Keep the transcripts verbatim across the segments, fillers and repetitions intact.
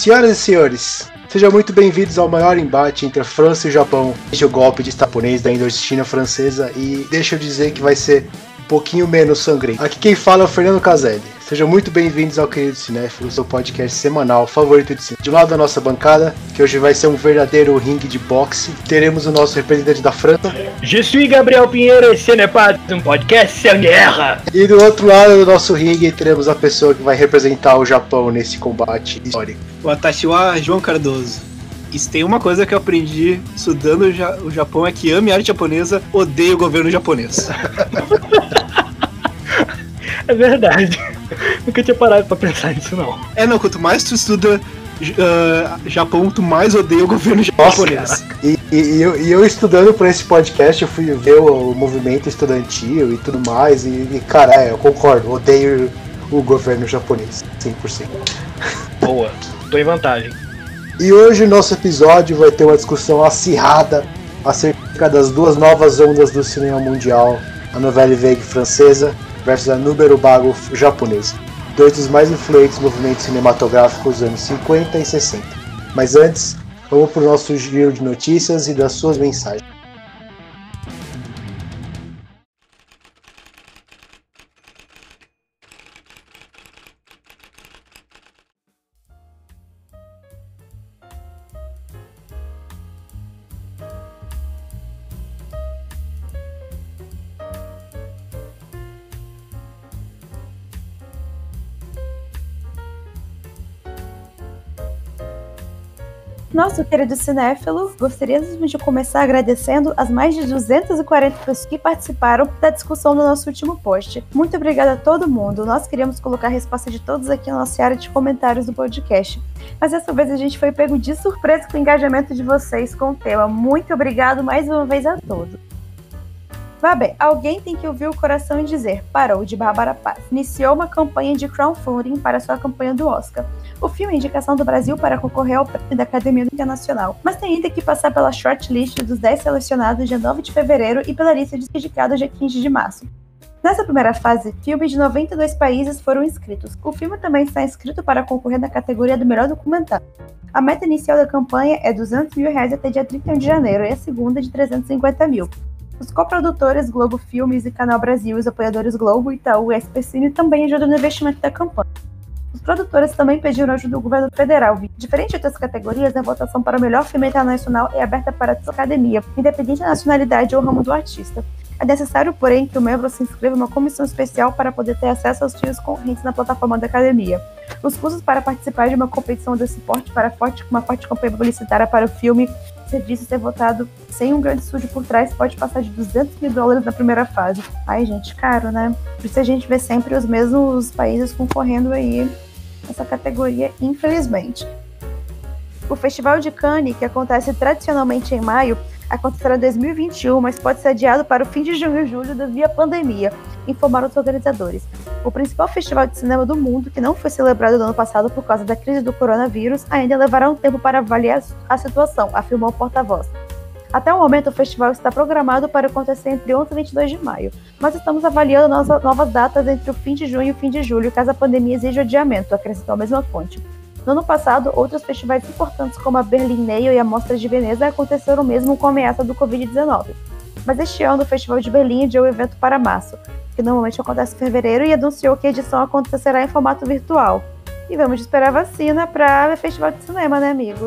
Senhoras e senhores, sejam muito bem-vindos ao maior embate entre a França e o Japão desde o golpe de estado japonês da Indochina francesa, e deixa eu dizer que vai ser um pouquinho menos sangrento. Aqui quem fala é o Fernando Caselli. Sejam muito bem-vindos ao Querido Cinéfilo, seu podcast semanal favorito de cinema. De um lado da nossa bancada, que hoje vai ser um verdadeiro ringue de boxe, teremos o nosso representante da França. Je suis Gabriel Pinheiro e ce n'est pas um podcast sem guerra. E do outro lado do nosso ringue, teremos a pessoa que vai representar o Japão nesse combate histórico. O Atashiwa João Cardoso. E se tem uma coisa que eu aprendi estudando o Japão é que ame a arte japonesa, odeie o governo japonês. É verdade. Nunca tinha parado pra pensar nisso, não. É, não, quanto mais tu estuda uh, Japão, tu mais odeia o governo japonês. E, e, e, eu, e eu estudando pra esse podcast, eu fui ver o, o movimento estudantil e tudo mais, e, e cara, é, eu concordo, odeio o governo japonês, cem por cento. Boa, tô em vantagem. E hoje o nosso episódio vai ter uma discussão acirrada acerca das duas novas ondas do cinema mundial, a Nouvelle Vague francesa versus a Nouvelle Vague japonesa, dois dos mais influentes movimentos cinematográficos dos anos cinquenta e sessenta. Mas antes, vamos para o nosso giro de notícias e das suas mensagens. Nosso querido cinéfilo, gostaríamos de começar agradecendo as mais de duzentas e quarenta pessoas que participaram da discussão do nosso último post. Muito obrigada a todo mundo. Nós queríamos colocar a resposta de todos aqui na nossa área de comentários do podcast. Mas dessa vez a gente foi pego de surpresa com o engajamento de vocês com o tema. Muito obrigado mais uma vez a todos. Vá bem, alguém tem que ouvir o coração e dizer, parou, de Bárbara Paz. Iniciou uma campanha de crowdfunding para sua campanha do Oscar. O filme é indicação do Brasil para concorrer ao prêmio da Academia Internacional, mas tem ainda que passar pela shortlist dos dez selecionados dia nove de fevereiro e pela lista de indicados dia quinze de março. Nessa primeira fase, filmes de noventa e dois países foram inscritos. O filme também está inscrito para concorrer na categoria do melhor documentário. A meta inicial da campanha é duzentos mil reais até dia trinta e um de janeiro e a segunda de trezentos e cinquenta mil. Os coprodutores Globo Filmes e Canal Brasil e os apoiadores Globo, Itaú e S P Cine também ajudam no investimento da campanha. Os produtores também pediram ajuda do governo federal. Diferente de outras categorias, a votação para o melhor filme internacional é aberta para toda a academia, independente da nacionalidade ou ramo do artista. É necessário, porém, que o membro se inscreva em uma comissão especial para poder ter acesso aos filmes concorrentes na plataforma da academia. Os custos para participar de uma competição desse porte para forte, uma forte campanha publicitária para o filme, serviço ser votado sem um grande estúdio por trás, pode passar de duzentos mil dólares na primeira fase. Ai, gente, caro, né? Por isso a gente vê sempre os mesmos países concorrendo aí nessa categoria, infelizmente. O Festival de Cannes, que acontece tradicionalmente em maio, acontecerá em dois mil e vinte e um, mas pode ser adiado para o fim de junho e julho devido à pandemia, informaram os organizadores. O principal festival de cinema do mundo, que não foi celebrado no ano passado por causa da crise do coronavírus, ainda levará um tempo para avaliar a situação, afirmou o porta-voz. Até o momento, o festival está programado para acontecer entre onze e vinte e dois de maio, mas estamos avaliando nossas novas datas entre o fim de junho e o fim de julho, caso a pandemia exija adiamento, acrescentou a mesma fonte. No ano passado, outros festivais importantes como a Berlinale e a Mostra de Veneza aconteceram mesmo com a ameaça do covid dezenove. Mas este ano, o Festival de Berlim adiou o evento para março, que normalmente acontece em fevereiro, e anunciou que a edição acontecerá em formato virtual. E vamos esperar a vacina para o Festival de Cinema, né, amigos?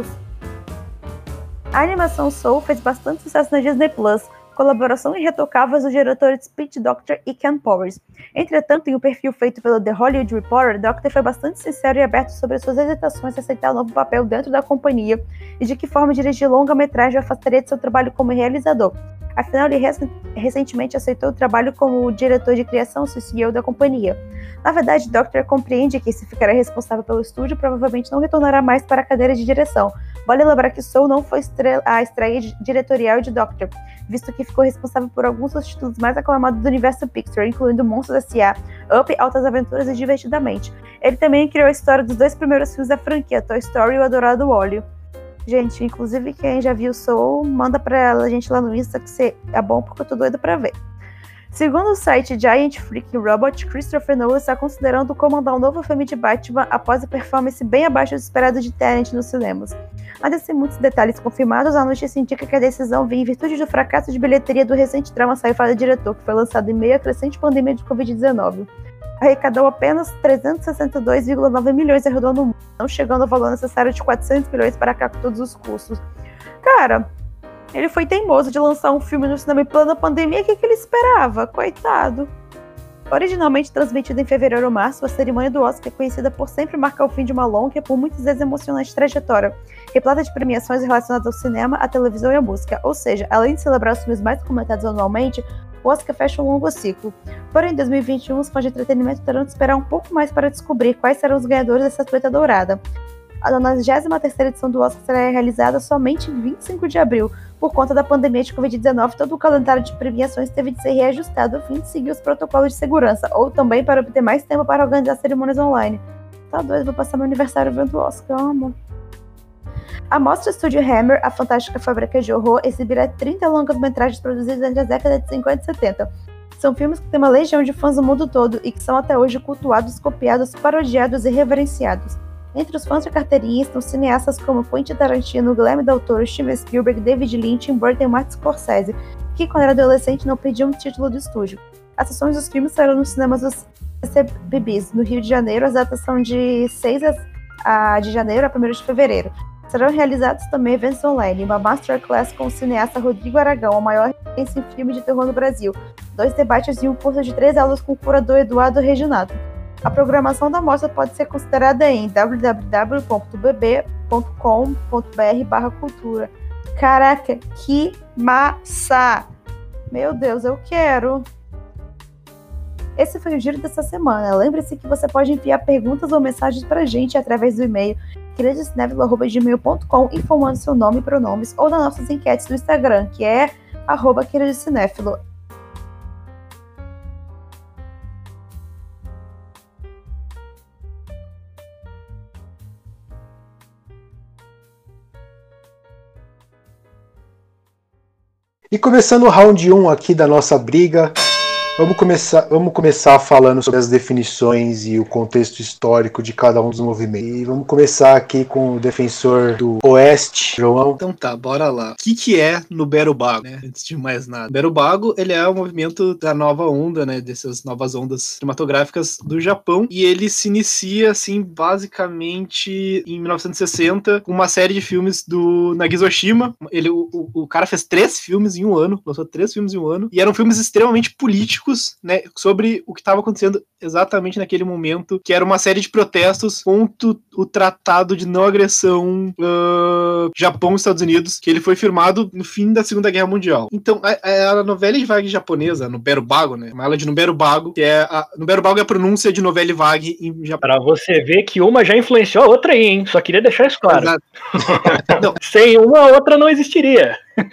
A animação Soul fez bastante sucesso na Disney Plus, colaboração irretocável dos diretores Pete Docter e Ken Powers. Entretanto, em um perfil feito pelo The Hollywood Reporter, Docter foi bastante sincero e aberto sobre suas hesitações em aceitar o novo papel dentro da companhia e de que forma dirigir longa-metragem o afastaria de seu trabalho como realizador. Afinal, ele rec- recentemente aceitou o trabalho como diretor de criação C E O da companhia. Na verdade, Docter compreende que se ficará responsável pelo estúdio, provavelmente não retornará mais para a cadeira de direção. Vale lembrar que Soul não foi estre- a estreia diretorial de Docter, visto que ficou responsável por alguns dos títulos mais aclamados do universo Pixar, incluindo Monstros S A, Up, Altas Aventuras e Divertidamente. Ele também criou a história dos dois primeiros filmes da franquia, Toy Story e O Adorado Wall-E. Gente, inclusive quem já viu Soul, manda pra ela, a gente lá no Insta, que é bom porque eu tô doida pra ver. Segundo o site Giant Freaking Robot, Christopher Nolan está considerando comandar um novo filme de Batman após a performance bem abaixo do esperado de Tenet nos cinemas. Ainda sem muitos detalhes confirmados, a notícia indica que a decisão vem em virtude do fracasso de bilheteria do recente drama sci-fi do diretor, que foi lançado em meio à crescente pandemia de covid dezenove. Arrecadou apenas trezentos e sessenta e dois vírgula nove milhões ao redor do mundo, não chegando ao valor necessário de quatrocentos milhões para arcar com todos os custos. Cara, ele foi teimoso de lançar um filme no cinema em plena pandemia, o que, que ele esperava? Coitado. Originalmente transmitida em fevereiro ou março, a cerimônia do Oscar é conhecida por sempre marcar o fim de uma longa e por muitas vezes emocionante trajetória, repleta de premiações relacionadas ao cinema, à televisão e à música. Ou seja, além de celebrar os filmes mais comentados anualmente, o Oscar fecha um longo ciclo. Porém, em dois mil e vinte e um, os fãs de entretenimento terão de esperar um pouco mais para descobrir quais serão os ganhadores dessa estatueta dourada. A nonagésima terceira edição do Oscar será realizada somente em vinte e cinco de abril. Por conta da pandemia de covid dezenove, todo o calendário de premiações teve de ser reajustado a fim de seguir os protocolos de segurança, ou também para obter mais tempo para organizar cerimônias online. Tá doido, vou passar meu aniversário vendo o Oscar, amo. A Mostra Studio Hammer, a fantástica fábrica de horror, exibirá trinta longas-metragens produzidos entre as décadas de cinquenta e setenta. São filmes que têm uma legião de fãs no mundo todo e que são até hoje cultuados, copiados, parodiados e reverenciados. Entre os fãs de carteirinha estão cineastas como Quentin Tarantino, Guillermo del Toro, Steven Spielberg, David Lynch, Tim Burton e Martin Scorsese, que quando era adolescente não pediam um título do estúdio. As sessões dos filmes saíram nos cinemas dos C B Bs, no Rio de Janeiro, as datas são de seis de janeiro a primeiro de fevereiro. Serão realizados também eventos online, uma masterclass com o cineasta Rodrigo Aragão, a maior referência em filme de terror no Brasil, dois debates e um curso de três aulas com o curador Eduardo Reginato. A programação da mostra pode ser considerada em w w w ponto b b ponto com ponto b r barra cultura. Caraca, que massa! Meu Deus, eu quero! Esse foi o giro dessa semana. Lembre-se que você pode enviar perguntas ou mensagens pra gente através do e-mail queridocinéfilo arroba gmail ponto com, informando seu nome e pronomes, ou nas nossas enquetes do Instagram, que é arroba queridocinéfilo. E começando o round um aqui da nossa briga, vamos começar, vamos começar falando sobre as definições e o contexto histórico de cada um dos movimentos. E vamos começar aqui com o defensor do Oeste, João. Então tá, bora lá. O que que é no Berubago, né? Antes de mais nada. Berubago, ele é o movimento da nova onda, né? Dessas novas ondas cinematográficas do Japão. E ele se inicia, assim, basicamente em mil novecentos e sessenta, com uma série de filmes do Nagisa Oshima. Ele, o, o, o cara fez três filmes em um ano, lançou três filmes em um ano. E eram filmes extremamente políticos, né, sobre o que estava acontecendo exatamente naquele momento, que era uma série de protestos contra o Tratado de Não Agressão uh, Japão-Estados Unidos, que ele foi firmado no fim da Segunda Guerra Mundial. Então, a, a novela vague japonesa, no Berubago, né, chama ela de Nuberubago, que é a Nuberubago é a pronúncia de novela vague em Japão. Pra você ver que uma já influenciou a outra aí, hein? Só queria deixar isso claro. Não. Sem uma, a outra não existiria.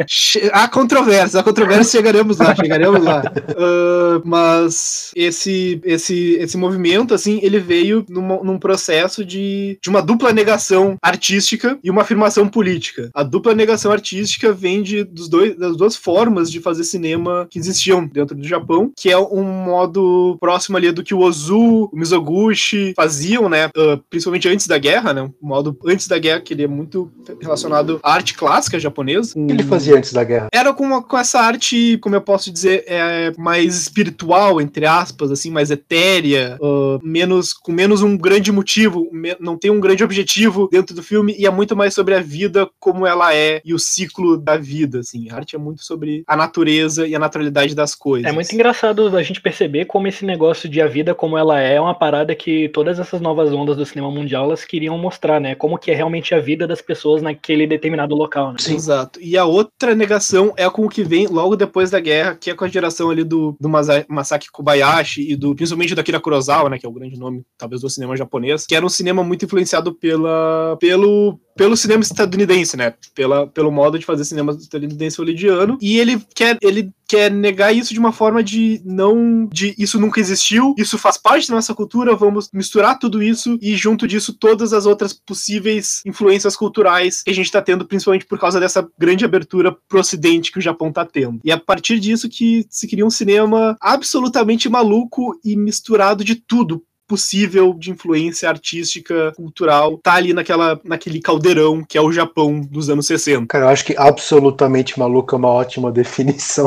Há controvérsia, há controvérsia, chegaremos lá, chegaremos lá. Uh, mas esse, esse, esse movimento, assim, ele veio numa, num processo de, de uma dupla negação artística e uma afirmação política. A dupla negação artística vem de, dos dois, das duas formas de fazer cinema que existiam dentro do Japão, que é um modo próximo ali do que o Ozu, o Mizoguchi faziam, né, uh, principalmente antes da guerra, né, um modo antes da guerra, que ele é muito relacionado à arte clássica japonesa. O que ele fazia antes da guerra? Era com, uma, com essa arte, como eu posso dizer, é, mais espiritual, entre aspas, assim, mais etérea, uh, menos, com menos um grande motivo, me, não tem um grande objetivo dentro do filme, e é muito mais sobre a vida como ela é, e o ciclo da vida, assim. A arte é muito sobre a natureza e a naturalidade das coisas. É muito engraçado a gente perceber como esse negócio de a vida como ela é, é uma parada que todas essas novas ondas do cinema mundial, elas queriam mostrar, né? Como que é realmente a vida das pessoas naquele determinado local, né? Sim. Exato. E a outra negação é com o que vem logo depois da guerra, que é com a geração ali do, do Masaki Kobayashi e do, principalmente do Akira Kurosawa, né, que é o grande nome, talvez, do cinema japonês, que era um cinema muito influenciado pela, pelo, pelo cinema estadunidense, né, pela, pelo modo de fazer cinema estadunidense hollywoodiano, e ele quer, ele quer negar isso de uma forma de não, de isso nunca existiu, isso faz parte da nossa cultura, vamos misturar tudo isso e junto disso todas as outras possíveis influências culturais que a gente tá tendo, principalmente por causa dessa grande abertura abertura pro ocidente que o Japão tá tendo. E é a partir disso que se cria um cinema absolutamente maluco e misturado de tudo possível de influência artística, cultural, tá ali naquela, naquele caldeirão que é o Japão dos anos sessenta. Cara, eu acho que absolutamente maluco é uma ótima definição.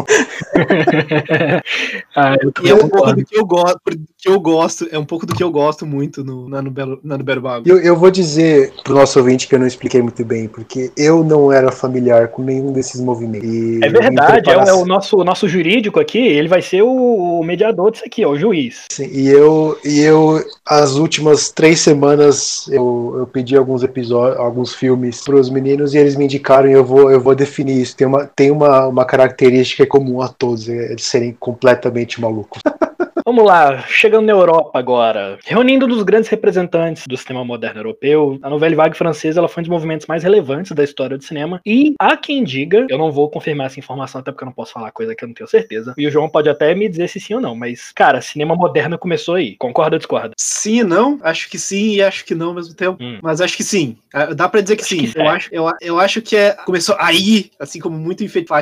ah, e é um pouco do que eu gosto, que eu gosto, é um pouco do que eu gosto muito no, na, no Belo, na no Belo Bago. Eu, eu vou dizer pro nosso ouvinte que eu não expliquei muito bem, porque eu não era familiar com nenhum desses movimentos. E é verdade, é, é o nosso, nosso jurídico aqui, ele vai ser o, o mediador disso aqui, ó, o juiz. Sim, e eu, e eu as últimas três semanas eu, eu pedi alguns episódios, alguns filmes pros meninos e eles me indicaram e eu vou, eu vou definir isso. Tem uma, tem uma, uma característica comum a todos, é de serem completamente malucos. Vamos lá, chegando na Europa agora. Reunindo um dos grandes representantes do cinema moderno europeu, a Nouvelle Vague francesa ela foi um dos movimentos mais relevantes da história do cinema. E há quem diga, eu não vou confirmar essa informação, até porque eu não posso falar coisa que eu não tenho certeza. E o João pode até me dizer se sim ou não, mas, cara, cinema moderno começou aí. Concorda ou discorda? Sim e não. Acho que sim e acho que não ao mesmo tempo. Hum. Mas acho que sim. Dá pra dizer que acho sim. Que eu, acho, eu, eu acho que é, começou aí, assim como muito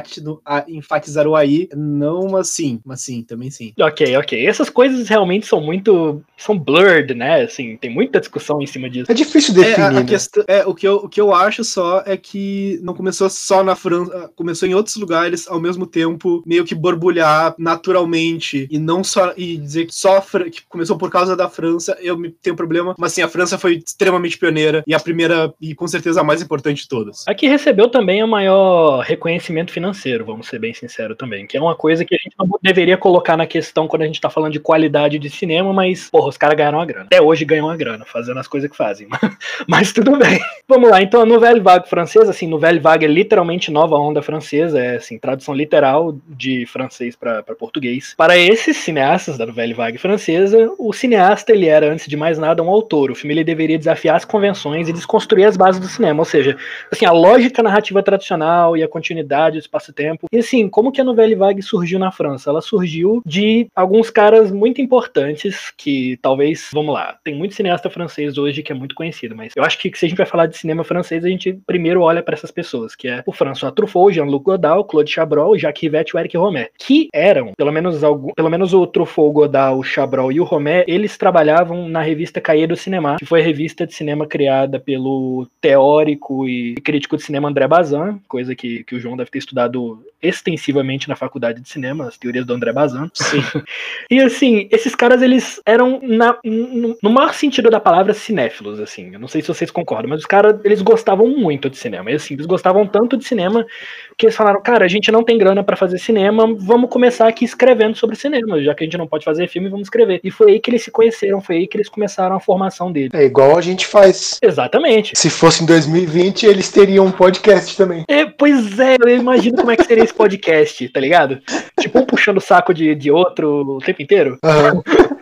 enfatizaram aí. Não, mas sim. Mas sim, também sim. Ok, ok. Essas coisas realmente são muito... são blurred, né? Assim, tem muita discussão em cima disso. É difícil definir, é, a, a né? questão, é, o, que eu, o que eu acho só é que não começou só na França, começou em outros lugares ao mesmo tempo, meio que borbulhar naturalmente, e não só, e dizer que só que começou por causa da França, eu tenho problema, mas sim, a França foi extremamente pioneira, e a primeira, e com certeza a mais importante de todas. Aqui recebeu também o maior reconhecimento financeiro, vamos ser bem sinceros também, que é uma coisa que a gente não deveria colocar na questão quando a gente tá falando de qualidade de cinema, mas, porra, os caras ganharam uma grana. Até hoje ganham uma grana, fazendo as coisas que fazem. Mas tudo bem. Vamos lá, então a Nouvelle Vague francesa, assim, Nouvelle Vague é literalmente nova onda francesa, é, assim, tradução literal de francês para português. Para esses cineastas da Nouvelle Vague francesa, o cineasta, ele era, antes de mais nada, um autor. O filme, ele deveria desafiar as convenções e desconstruir as bases do cinema, ou seja, assim, a lógica narrativa tradicional e a continuidade do espaço-tempo. E, assim, como que a Nouvelle Vague surgiu na França? Ela surgiu de alguns caras muito importantes que talvez, vamos lá, tem muito cineasta francês hoje que é muito conhecido, mas eu acho que se a gente vai falar de cinema francês, a gente primeiro olha para essas pessoas, que é o François Truffaut, Jean-Luc Godard, Claude Chabrol, Jacques Rivette e o Eric Romer, que eram, pelo menos, algum, pelo menos o Truffaut, o Godard, o Chabrol e o Romer, eles trabalhavam na revista Cahiers du Cinéma, que foi a revista de cinema criada pelo teórico e crítico de cinema André Bazin, coisa que, que o João deve ter estudado extensivamente na faculdade de cinema, as teorias do André Bazin. Sim. E assim, esses caras, eles eram, na, no, no maior sentido da palavra, cinéfilos, assim. Eu não sei se vocês concordam, mas os caras, eles gostavam muito de cinema. E assim, eles gostavam tanto de cinema que eles falaram, cara, a gente não tem grana pra fazer cinema, vamos começar aqui escrevendo sobre cinema, já que a gente não pode fazer filme, vamos escrever. E foi aí que eles se conheceram, foi aí que eles começaram a formação deles. É igual a gente faz. Exatamente. Se fosse em dois mil e vinte, eles teriam um podcast também. É, pois é, eu imagino como é que seria esse podcast, tá ligado? Tipo, um puxando o saco de, de outro o tempo inteiro. Aham. Uhum.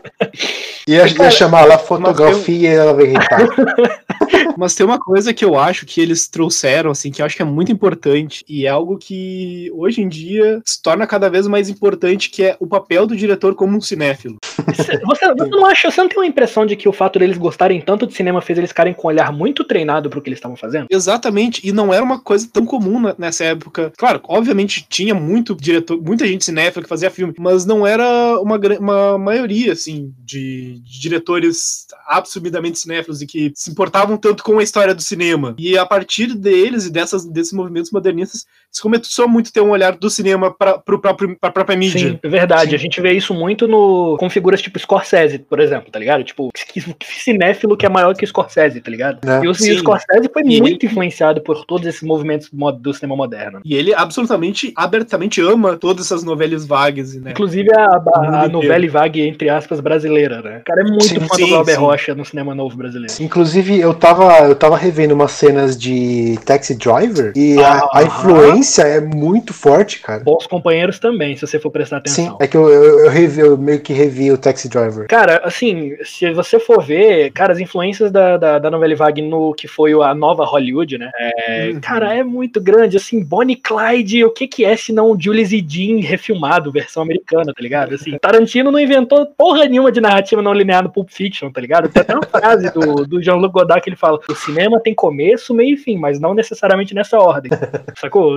Ia, ia chamar lá fotografia e ela vai irritar. Mas tem uma coisa que eu acho que eles trouxeram, assim, que eu acho que é muito importante, e é algo que hoje em dia se torna cada vez mais importante, que é o papel do diretor como um cinéfilo. Você, você não acha, você não tem uma impressão de que o fato deles gostarem tanto de cinema fez eles ficarem com um olhar muito treinado pro que eles estavam fazendo? Exatamente, e não era uma coisa tão comum nessa época. Claro, obviamente tinha muito diretor, muita gente cinéfila que fazia filme, mas não era uma, uma maioria, assim, de, de diretores absurdamente cinéfilos e que se importavam tanto com a história do cinema. E a partir deles e dessas, desses movimentos modernistas, se começou muito a ter um olhar do cinema para pro próprio, a própria mídia. Sim, é verdade. Sim. A gente vê isso muito no, com figuras tipo Scorsese, por exemplo, tá ligado? Tipo, que, que cinéfilo que é maior que o Scorsese, tá ligado? É. E, o, e o Scorsese foi e muito ele... influenciado por todos esses movimentos do cinema moderno. E ele absolutamente, abertamente ama todas essas novelas vagues, né? Inclusive a, a, a novela vague, entre aspas, brasileira, né? O cara é muito sim, fã sim, do Glauber Rocha no cinema novo brasileiro. Inclusive, eu tava, eu tava revendo umas cenas de Taxi Driver e ah, a, a influência é muito forte, cara. Bons Companheiros também, se você for prestar atenção. Sim, é que eu, eu, eu, revi, eu meio que revi o Taxi Driver. Cara, assim, se você for ver, cara, as influências da, da, da novela vague no que foi a nova Hollywood, né? É, uhum. Cara, é muito grande, assim, Bonnie e Clyde, o que que é se não Jules e Jean refilmado, versão americana, tá ligado? Assim, Tarantino não inventou porra nenhuma de narrativa na não linear no Pulp Fiction, tá ligado? Tem até uma frase do, do Jean-Luc Godard que ele fala: o cinema tem começo, meio e fim, mas não necessariamente nessa ordem. Sacou?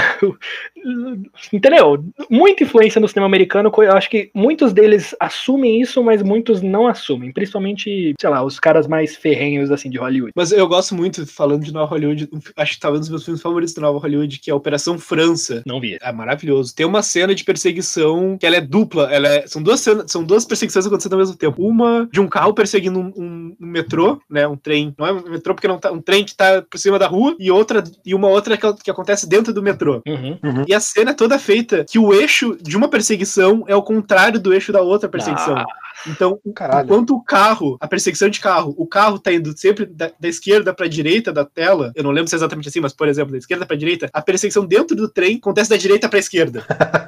Entendeu? Muita influência no cinema americano, eu acho que muitos deles assumem isso, mas muitos não assumem, principalmente, sei lá, os caras mais ferrenhos, assim, de Hollywood. Mas eu gosto muito, falando de Nova Hollywood, acho que talvez um dos meus filmes favoritos da Nova Hollywood, que é a Operação França. Não vi. É maravilhoso. Tem uma cena de perseguição que ela é dupla, ela é, são, duas cenas, são duas perseguições acontecendo ao mesmo tempo. Uma de um carro perseguindo um, um, um metrô, né, um trem, não é um metrô porque não tá, um trem que tá por cima da rua, e outra, e uma outra que, que acontece dentro do metrô. Uhum. Uhum. E a cena é toda feita que o eixo de uma perseguição é o contrário do eixo da outra perseguição. Ah. Então, Caralho. Enquanto o carro, a perseguição de carro, o carro tá indo sempre da, da esquerda pra direita da tela, eu não lembro se é exatamente assim, mas, por exemplo, da esquerda pra direita, a perseguição dentro do trem acontece da direita pra esquerda.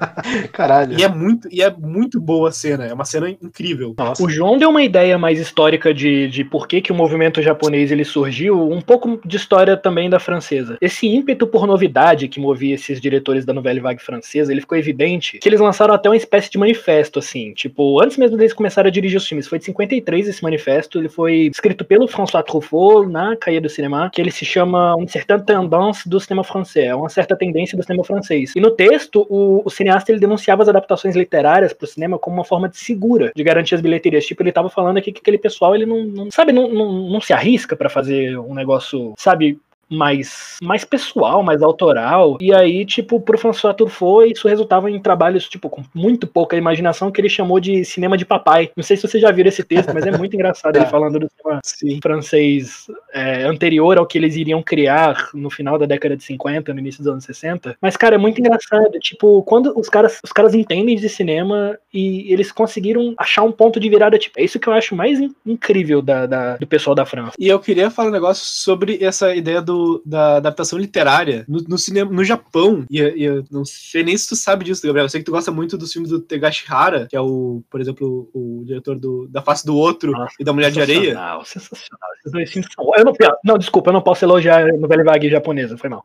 Caralho. E é muito, e é muito boa a cena, é uma cena incrível. Nossa. O João deu uma ideia mais histórica de, de por que, que o movimento japonês ele surgiu, um pouco de história também da francesa. Esse ímpeto por novidade que movia esses diretores da Nouvelle Vague francesa, ele ficou evidente que eles lançaram até uma espécie de manifesto, assim, tipo, antes mesmo deles começarem a dirigir os filmes, foi de cinquenta e três esse manifesto, ele foi escrito pelo François Truffaut na Cahiers du Cinéma, que ele se chama Une certaine tendance do cinema francês, uma certa tendência do cinema francês. E no texto, o, o cineasta ele denunciava as adaptações literárias pro cinema como uma forma de segura, de garantir as bilheterias. Tipo, ele tava falando aqui que aquele pessoal, ele não, não sabe, não, não, não se arrisca pra fazer um negócio, sabe, mais, mais pessoal, mais autoral. E aí, tipo, pro François Truffaut, isso resultava em trabalhos, tipo, com muito pouca imaginação, que ele chamou de cinema de papai. Não sei se vocês já viram esse texto, mas é muito engraçado ele falando do cinema Sim. francês é, anterior ao que eles iriam criar no final da década de cinquenta, no início dos anos sessenta. Mas, cara, é muito engraçado. Tipo, quando os caras, os caras entendem de cinema e eles conseguiram achar um ponto de virada, tipo, é isso que eu acho mais in- incrível da, da, do pessoal da França. E eu queria falar um negócio sobre essa ideia do da adaptação literária no, no cinema, no Japão, e, e eu não sei nem se tu sabe disso, Gabriel, eu sei que tu gosta muito dos filmes do Tegashihara, que é o, por exemplo, o, o diretor do, da Face do Outro Nossa, e da Mulher de Areia. Sensacional, sensacional, esses dois filmes são... Eu não, não, desculpa, eu não posso elogiar a Nouvelle Vague japonesa, foi mal.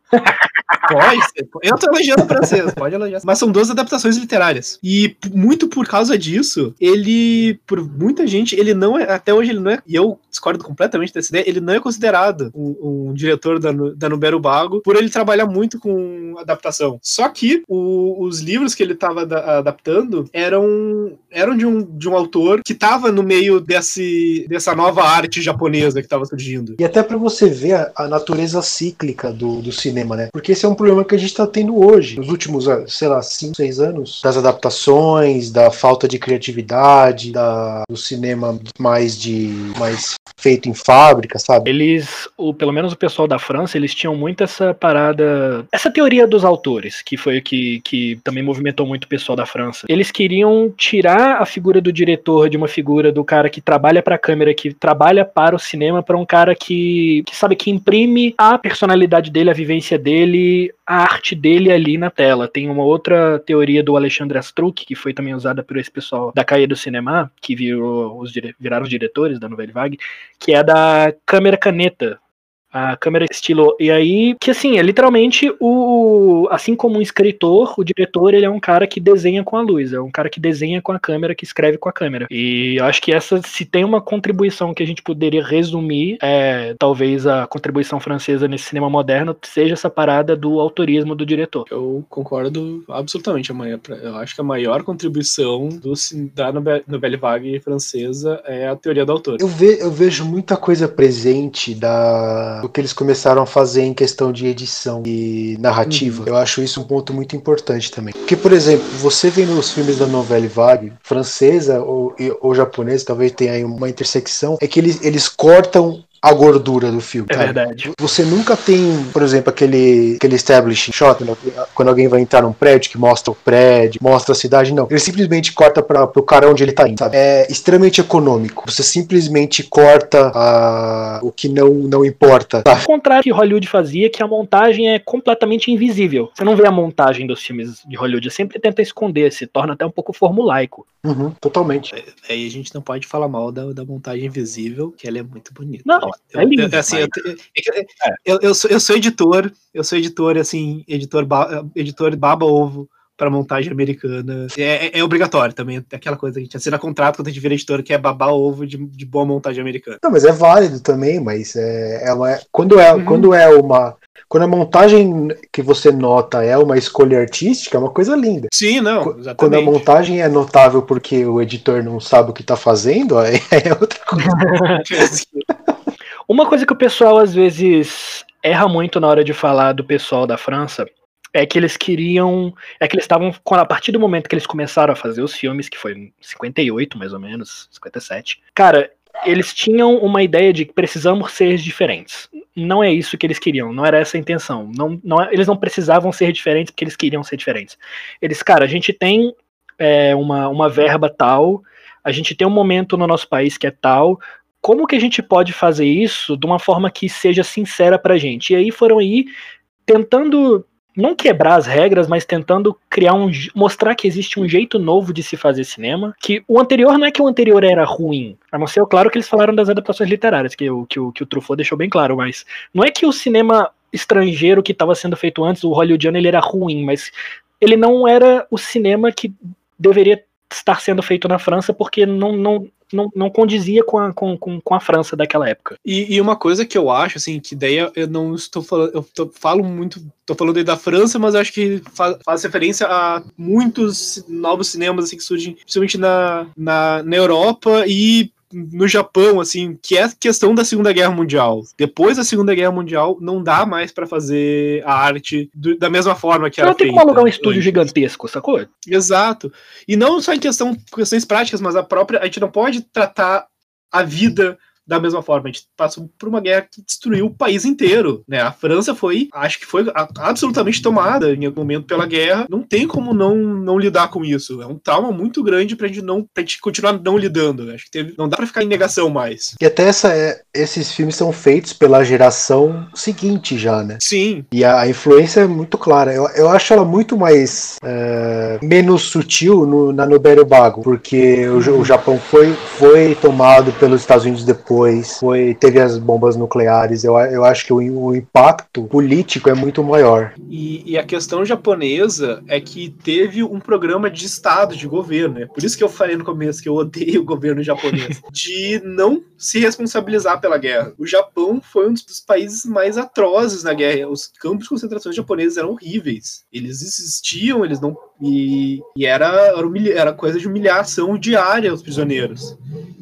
Pode, eu tô elogiando o francês, pode elogiar. Mas são duas adaptações literárias. E muito por causa disso, ele, por muita gente, ele não é, até hoje ele não é, e eu discordo completamente dessa ideia, ele não é considerado um, um diretor da, da Nouvelle Vague por ele trabalhar muito com adaptação. Só que o, os livros que ele estava da, adaptando eram, eram de, um, de um autor que estava no meio desse, dessa nova arte japonesa que estava surgindo. E até pra você ver a, a natureza cíclica do, do cinema, né? Porque esse é um problema que a gente tá tendo hoje, nos últimos, sei lá, cinco, seis anos, das adaptações, da falta de criatividade, da, do cinema mais de mais feito em fábrica, sabe? Eles, o, pelo menos o pessoal da França, eles tinham muito essa parada, essa teoria dos autores, que foi o que, que também movimentou muito o pessoal da França. Eles queriam tirar a figura do diretor de uma figura do cara que trabalha pra câmera, que trabalha para o cinema, para um cara que, que sabe, que imprime a personalidade dele, a vivência dele, a arte dele ali na tela. Tem uma outra teoria do Alexandre Astruc, que foi também usada por esse pessoal da Cahiers du Cinéma, que virou os, viraram os diretores da Nouvelle Vague, que é da câmera caneta. A câmera estilo, e aí, que assim, é literalmente o, assim como um escritor, o diretor, ele é um cara que desenha com a luz, é um cara que desenha com a câmera, que escreve com a câmera. E eu acho que essa, se tem uma contribuição que a gente poderia resumir, é, talvez a contribuição francesa nesse cinema moderno, seja essa parada do autorismo do diretor. Eu concordo absolutamente, amanhã. Eu acho que a maior contribuição do, da Nouvelle Vague francesa é a teoria do autor. Eu, ve, eu vejo muita coisa presente da... do que eles começaram a fazer em questão de edição e narrativa. Uhum. Eu acho isso um ponto muito importante também. Porque, por exemplo, você vendo os filmes da Nouvelle Vague, francesa ou, ou japonesa, talvez tenha aí uma intersecção, é que eles, eles cortam a gordura do filme. É sabe? Verdade. Você nunca tem, por exemplo, aquele, aquele establishing shot, quando alguém vai entrar num prédio, que mostra o prédio, mostra a cidade, não. Ele simplesmente corta para pro cara onde ele tá indo, sabe? É extremamente econômico. Você simplesmente corta a, o que não, não importa. Sabe? O contrário que Hollywood fazia, que a montagem é completamente invisível. Você não vê a montagem dos filmes de Hollywood, sempre tenta esconder, se torna até um pouco formulaico. Uhum, totalmente. Aí a gente não pode falar mal da, da montagem invisível, que ela é muito bonita. Não, Eu, é lindo, eu, assim, eu, eu, eu, sou, eu sou editor, eu sou editor, assim, editor, ba, editor baba ovo pra montagem americana. É, é, é obrigatório também, é aquela coisa que a gente assina contrato quando a gente vira editor, que é babar ovo de, de boa montagem americana. Não, mas é válido também, mas é, é uma, quando, é, Uhum. quando é uma... Quando a montagem que você nota é uma escolha artística, é uma coisa linda. Sim, não, Qu- exatamente. Quando a montagem é notável porque o editor não sabe o que tá fazendo, aí é outra coisa. Uma coisa que o pessoal às vezes erra muito na hora de falar do pessoal da França é que eles queriam. É que eles estavam. A partir do momento que eles começaram a fazer os filmes, que foi em cinquenta e oito, mais ou menos, cinquenta e sete. Cara, eles tinham uma ideia de que precisamos ser diferentes. Não é isso que eles queriam, não era essa a intenção. Não, não, eles não precisavam ser diferentes porque eles queriam ser diferentes. Eles, cara, a gente tem é, uma, uma verba tal, a gente tem um momento no nosso país que é tal. Como que a gente pode fazer isso de uma forma que seja sincera pra gente? E aí foram aí tentando, não quebrar as regras, mas tentando criar um, mostrar que existe um jeito novo de se fazer cinema, que o anterior não é que o anterior era ruim, a não ser, claro, que eles falaram das adaptações literárias, que o, que o, que o Truffaut deixou bem claro, mas não é que o cinema estrangeiro que estava sendo feito antes, o hollywoodiano, ele era ruim, mas ele não era o cinema que deveria estar sendo feito na França, porque não, não, não, não condizia com a, com, com a França daquela época. E, e uma coisa que eu acho, assim, que daí eu não estou falando, eu tô, falo muito, tô falando aí da França, mas eu acho que faz, faz referência a muitos novos cinemas, assim, que surgem, principalmente na, na, na Europa e no Japão, assim, que é a questão da Segunda Guerra Mundial. Depois da Segunda Guerra Mundial, não dá mais pra fazer a arte do, da mesma forma que era era feita. Não tem como alugar um estúdio antes. Gigantesco, sacou? Exato. E não só em questão, questões práticas, mas a própria, a gente não pode tratar a vida da mesma forma. A gente passou por uma guerra que destruiu o país inteiro, né? A França foi, acho que foi absolutamente tomada em algum momento pela guerra. Não tem como não, não lidar com isso. É um trauma muito grande pra gente, não, pra gente continuar não lidando. Acho que teve, não dá pra ficar em negação mais. E até essa, é, esses filmes são feitos pela geração seguinte já, né? Sim. E a, a influência é muito clara. Eu, eu acho ela muito mais é, menos sutil no, na Nobel Bago, porque o, o Japão foi, foi tomado pelos Estados Unidos depois. Foi, teve as bombas nucleares. Eu, eu acho que o, o impacto político é muito maior. E, e a questão japonesa é que teve um programa de Estado, de governo, né? Por isso que eu falei no começo que eu odeio o governo japonês, de não se responsabilizar pela guerra. O Japão foi um dos países mais atrozes na guerra. Os campos de concentração japoneses eram horríveis. Eles existiam, eles não... E, e era, era, humilha, era coisa de humilhação diária aos prisioneiros.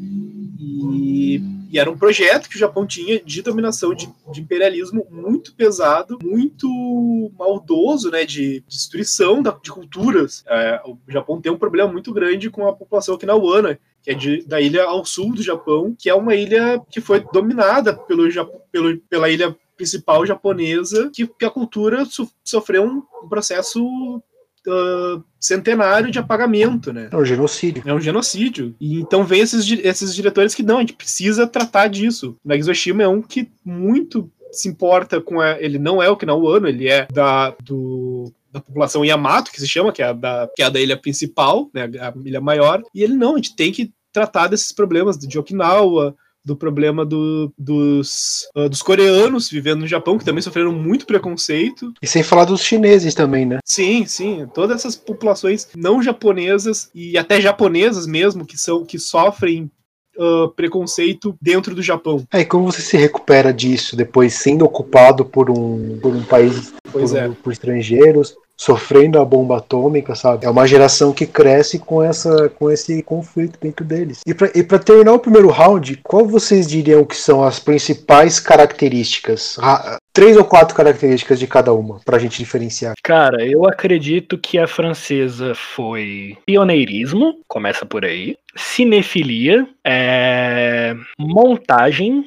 E... E era um projeto que o Japão tinha de dominação, de, de imperialismo muito pesado, muito maldoso, né, de destruição da, de culturas. É, o Japão tem um problema muito grande com a população okinawana, que é de, da ilha ao sul do Japão, que é uma ilha que foi dominada pelo, pelo, pela ilha principal japonesa, que, que a cultura so, sofreu um, um processo... Uh, centenário de apagamento, né? É um genocídio. É um genocídio. E então vem esses, esses diretores que não, a gente precisa tratar disso. O Megumi Oshima é um que muito se importa com a, ele não é Okinawan, ele é da, do, da população Yamato, que se chama, que é a da, que é a da ilha principal, né, a ilha maior, e ele não, a gente tem que tratar desses problemas de Okinawa, do problema do, dos, uh, dos coreanos vivendo no Japão, que também sofreram muito preconceito. E sem falar dos chineses também, né? Sim, sim. Todas essas populações não japonesas e até japonesas mesmo, que, são, que sofrem uh, preconceito dentro do Japão. É, e como você se recupera disso depois sendo ocupado por um, por um país, pois por, é. por estrangeiros, sofrendo a bomba atômica, sabe? É uma geração que cresce com, essa, com esse conflito dentro deles. E pra, e pra terminar o primeiro round, qual vocês diriam que são as principais características? Ah, três ou quatro características de cada uma, pra gente diferenciar. Cara, eu acredito que a francesa foi pioneirismo, começa por aí, cinefilia, é... montagem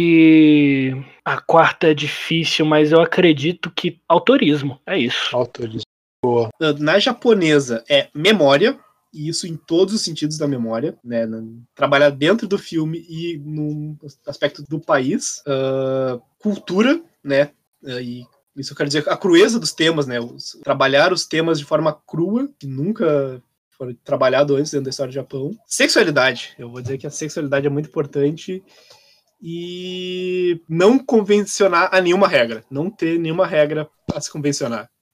e... A quarta é difícil, mas eu acredito que autorismo, é isso. Autorismo, boa. Na japonesa é memória, e isso em todos os sentidos da memória, né? Trabalhar dentro do filme e no aspecto do país. Uh, cultura, né? Uh, e isso quer dizer a crueza dos temas, né? Os, trabalhar os temas de forma crua, que nunca foram trabalhado antes dentro da história do Japão. Sexualidade, eu vou dizer que a sexualidade é muito importante. E não convencionar a nenhuma regra. Não ter nenhuma regra a se convencionar.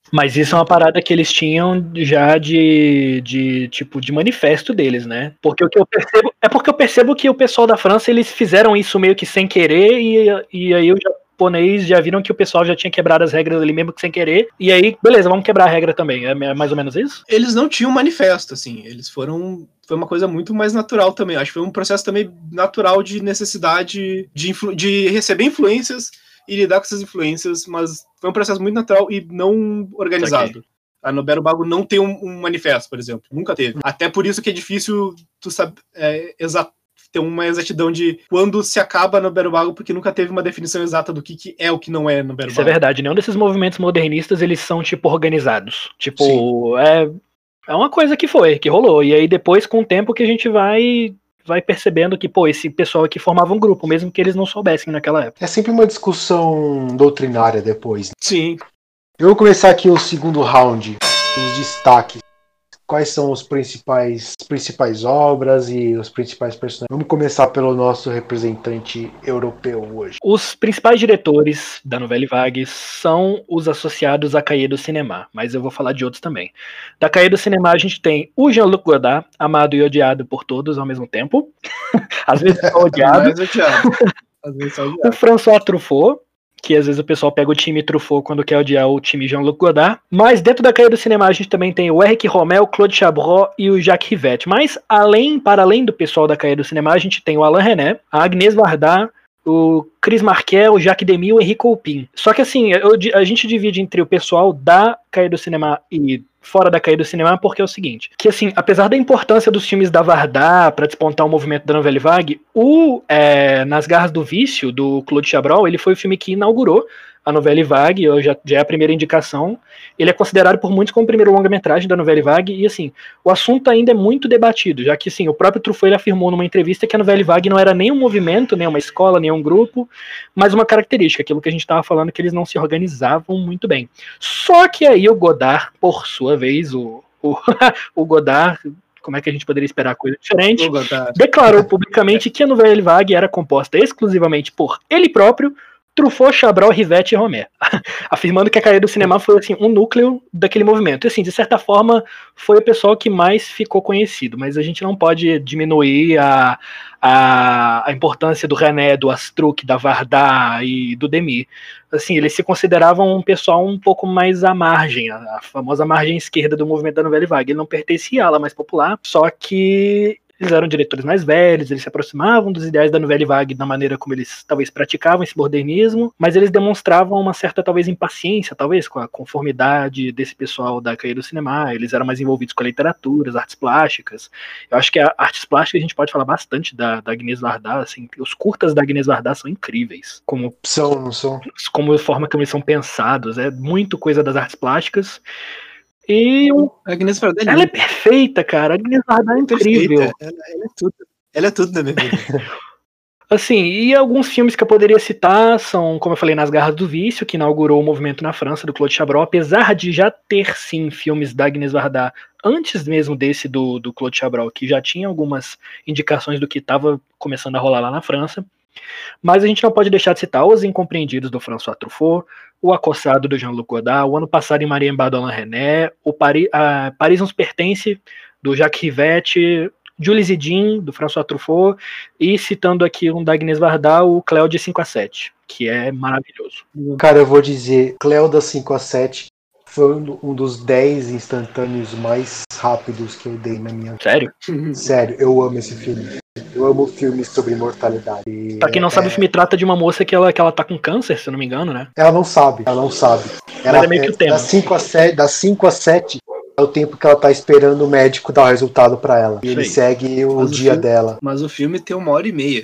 Mas isso é uma parada que eles tinham já de, de tipo, de manifesto deles, né? Porque o que eu percebo, é porque eu percebo que o pessoal da França, eles fizeram isso meio que sem querer, e, e aí os japoneses já viram que o pessoal já tinha quebrado as regras ali mesmo que sem querer, e aí, beleza, vamos quebrar a regra também. É mais ou menos isso? Eles não tinham manifesto, assim, eles foram... Foi uma coisa muito mais natural também. Acho que foi um processo também natural de necessidade de, influ, de receber influências e lidar com essas influências, mas foi um processo muito natural e não organizado. Okay. A Nobero Bago não tem um, um manifesto, por exemplo. Nunca teve. Até por isso que é difícil tu saber é, exa- ter uma exatidão de quando se acaba a Nobero Bago, porque nunca teve uma definição exata do que, que é o que não é Nobero Bago. Isso é verdade. Nenhum desses movimentos modernistas, eles são, tipo, organizados. Tipo, Sim. é... É uma coisa que foi, que rolou. E aí depois, com o tempo, que a gente vai, vai percebendo que, pô, esse pessoal aqui formava um grupo, mesmo que eles não soubessem naquela época. É sempre uma discussão doutrinária depois. Sim. Eu vou começar aqui o segundo round, os destaques. Quais são os principais, as principais obras e os principais personagens? Vamos começar pelo nosso representante europeu hoje. Os principais diretores da Nouvelle Vague são os associados à Cahiers do Cinema, mas eu vou falar de outros também. Da Cahiers do Cinema a gente tem o Jean-Luc Godard, amado e odiado por todos ao mesmo tempo. Às vezes só odiado. Mais odiado. Às vezes só odiado. O François Truffaut, que às vezes o pessoal pega o time Truffaut quando quer odiar o time Jean-Luc Godard. Mas dentro da Cahiers do Cinema a gente também tem o Éric Rommel, o Claude Chabrol e o Jacques Rivette. Mas além, para além do pessoal da Cahiers do Cinema, a gente tem o Alain Resnais, a Agnès Varda, o Chris Marquet, o Jacques Demy e o Henri Coupin. Só que assim, eu, a gente divide entre o pessoal da Cahiers do Cinema e fora da Cahiers do Cinema, porque é o seguinte, que assim, apesar da importância dos filmes da Varda para despontar o movimento da Nouvelle Vague, o é, Nas Garras do Vício, do Claude Chabrol, ele foi o filme que inaugurou a Nouvelle Vague, já, já é a primeira indicação. Ele é considerado por muitos como o primeiro longa-metragem da Nouvelle Vague, e assim, o assunto ainda é muito debatido, já que assim, o próprio Truffaut ele afirmou numa entrevista que a Nouvelle Vague não era nem um movimento, nem uma escola, nem um grupo, mas uma característica, aquilo que a gente estava falando, que eles não se organizavam muito bem. Só que aí o Godard, por sua vez, o, o, o Godard, como é que a gente poderia esperar coisa diferente, declarou publicamente que a Nouvelle Vague era composta exclusivamente por ele próprio, Truffaut, Chabrol, Rivette e Romer, afirmando que a Cahiers do Cinema foi assim, um núcleo daquele movimento. E assim, de certa forma, foi o pessoal que mais ficou conhecido, mas a gente não pode diminuir a, a, a importância do Resnais, do Astruc, da Varda e do Demy. Assim, eles se consideravam um pessoal um pouco mais à margem, a, a famosa margem esquerda do movimento da Nouvelle Vague. Ele não pertencia à ala mais popular, só que eles eram diretores mais velhos, eles se aproximavam dos ideais da Nouvelle Vague da maneira como eles talvez praticavam esse modernismo, mas eles demonstravam uma certa talvez impaciência, talvez com a conformidade desse pessoal da Cahiers do Cinema. Eles eram mais envolvidos com a literatura, as artes plásticas. Eu acho que a artes plásticas a gente pode falar bastante da, da Agnès Varda, assim, os curtas da Agnès Varda são incríveis, como são, não são? Como a forma como eles são pensados, é muito coisa das artes plásticas. E a Agnès Varda é ela é perfeita, cara. A Agnès Varda é incrível. Ela, ela é tudo. Ela é tudo na minha vida. Assim, e alguns filmes que eu poderia citar são, como eu falei, Nas Garras do Vício, que inaugurou o movimento na França, do Claude Chabrol, apesar de já ter, sim, filmes da Agnès Varda antes mesmo desse do, do Claude Chabrol, que já tinha algumas indicações do que estava começando a rolar lá na França. Mas a gente não pode deixar de citar Os Incompreendidos, do François Truffaut, O Acossado, do Jean-Luc Godard, O Ano Passado em Marienbad, do Alain Resnais, o Paris, a Paris Nos Pertence, do Jacques Rivette, Jules e Jean, do François Truffaut, e citando aqui um da Agnès Varda, o Cléo de cinco a sete, que é maravilhoso. Cara, eu vou dizer, Cléo da cinco a sete foi um dos dez instantâneos mais rápidos que eu dei na minha vida. Sério? Sério, eu amo esse filme. Eu amo filmes sobre imortalidade. Pra quem não é, sabe, o filme trata de uma moça que ela, que ela tá com câncer, se eu não me engano, né? Ela não sabe, ela não sabe. Ela, Mas é meio que o tema. Das cinco a sete, das cinco a sete é o tempo que ela tá esperando o médico dar o resultado pra ela. E ele Sei. segue o Mas dia o filme, dela. Mas o filme tem uma hora e meia.